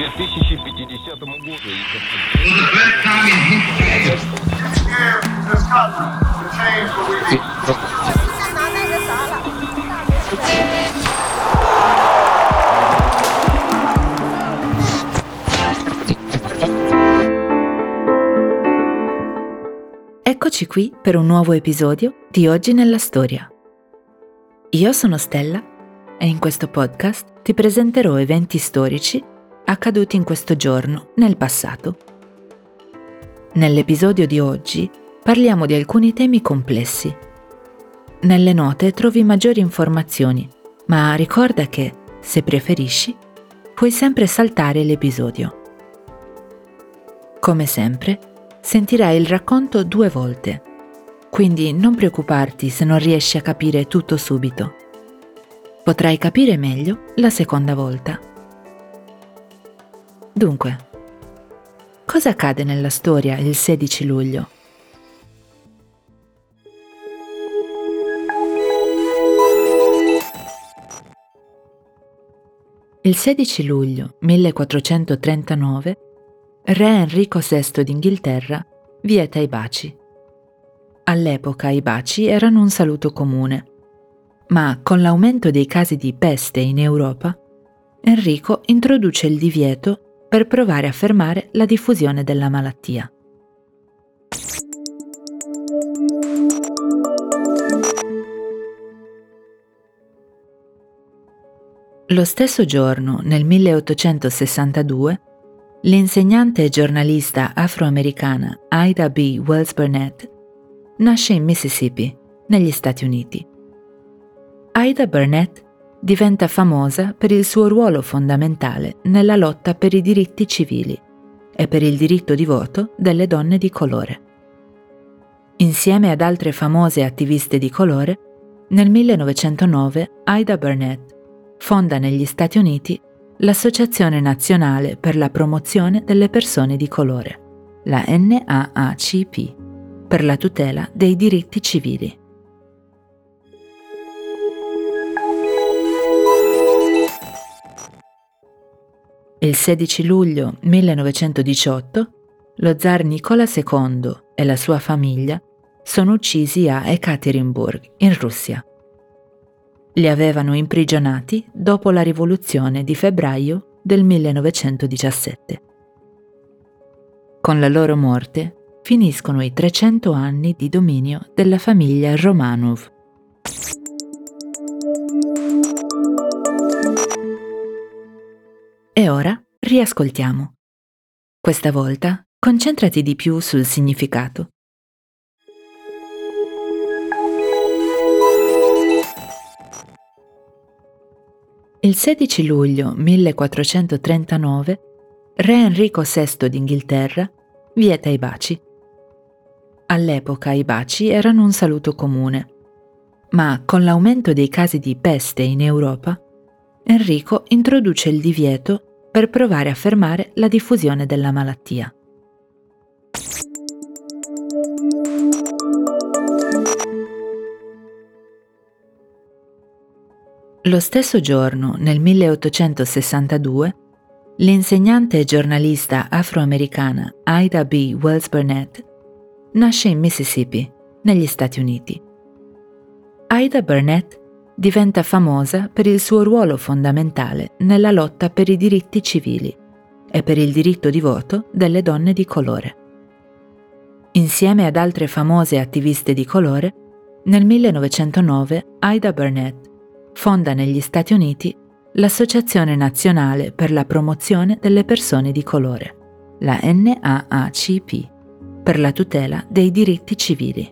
2050 году. For the first time in history, This year has come to change what we do. 拿那个啥了，大没事。 Eccoci qui per un nuovo episodio di Oggi nella Storia. Io sono Stella e in questo podcast ti presenterò eventi storici accaduti in questo giorno nel passato. Nell'episodio di oggi parliamo di alcuni temi complessi. Nelle note trovi maggiori informazioni, ma ricorda che, se preferisci, puoi sempre saltare l'episodio. Come sempre, sentirai il racconto 2 volte, quindi non preoccuparti se non riesci a capire tutto subito. Potrai capire meglio la seconda volta. Dunque, cosa accade nella storia il 16 luglio? Il 16 luglio 1439 Re Enrico VI d'Inghilterra vieta i baci. All'epoca i baci erano un saluto comune, ma con l'aumento dei casi di peste in Europa, Enrico introduce il divieto per provare a fermare la diffusione della malattia. Lo stesso giorno, nel 1862, l'insegnante e giornalista afroamericana Ida B. Wells Barnett nasce in Mississippi, negli Stati Uniti. Ida Barnett diventa famosa per il suo ruolo fondamentale nella lotta per i diritti civili e per il diritto di voto delle donne di colore. Insieme ad altre famose attiviste di colore, nel 1909 Ida Barnett fonda negli Stati Uniti l'Associazione Nazionale per la Promozione delle Persone di Colore, la NAACP, per la tutela dei diritti civili. Il 16 luglio 1918 lo zar Nicola II e la sua famiglia sono uccisi a Ekaterinburg, in Russia. Li avevano imprigionati dopo la rivoluzione di febbraio del 1917. Con la loro morte finiscono i 300 anni di dominio della famiglia Romanov. E ora riascoltiamo. Questa volta concentrati di più sul significato. Il 16 luglio 1439 Re Enrico VI d'Inghilterra vieta i baci. All'epoca i baci erano un saluto comune, ma con l'aumento dei casi di peste in Europa, Enrico introduce il divieto per provare a fermare la diffusione della malattia. Lo stesso giorno, nel 1862, l'insegnante e giornalista afroamericana Ida B. Wells Barnett nasce in Mississippi, negli Stati Uniti. Ida Barnett diventa famosa per il suo ruolo fondamentale nella lotta per i diritti civili e per il diritto di voto delle donne di colore. Insieme ad altre famose attiviste di colore, nel 1909 Ida Barnett fonda negli Stati Uniti l'Associazione Nazionale per la Promozione delle Persone di Colore, la NAACP, per la tutela dei diritti civili.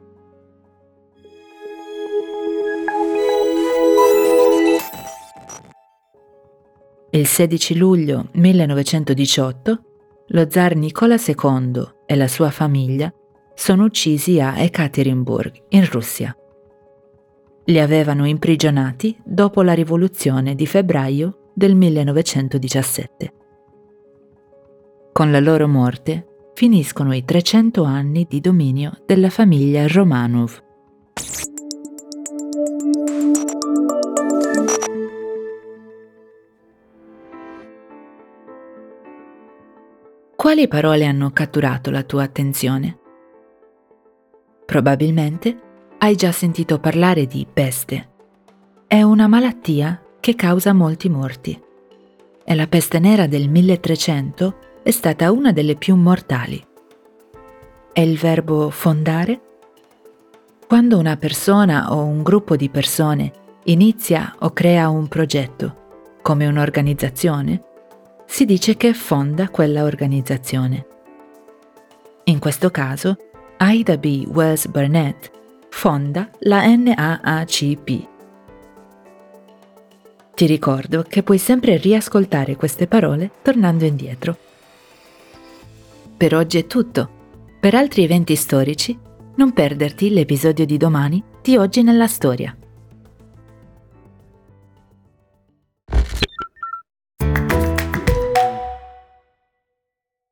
Il 16 luglio 1918 lo zar Nicola II e la sua famiglia sono uccisi a Ekaterinburg, in Russia. Li avevano imprigionati dopo la rivoluzione di febbraio del 1917. Con la loro morte finiscono i 300 anni di dominio della famiglia Romanov. Quali parole hanno catturato la tua attenzione? Probabilmente hai già sentito parlare di peste. È una malattia che causa molti morti. E la peste nera del 1300 è stata una delle più mortali. È il verbo fondare? Quando una persona o un gruppo di persone inizia o crea un progetto, come un'organizzazione, si dice che fonda quella organizzazione. In questo caso, Ida B. Wells Barnett fonda la NAACP. Ti ricordo che puoi sempre riascoltare queste parole tornando indietro. Per oggi è tutto. Per altri eventi storici, non perderti l'episodio di domani di Oggi nella Storia.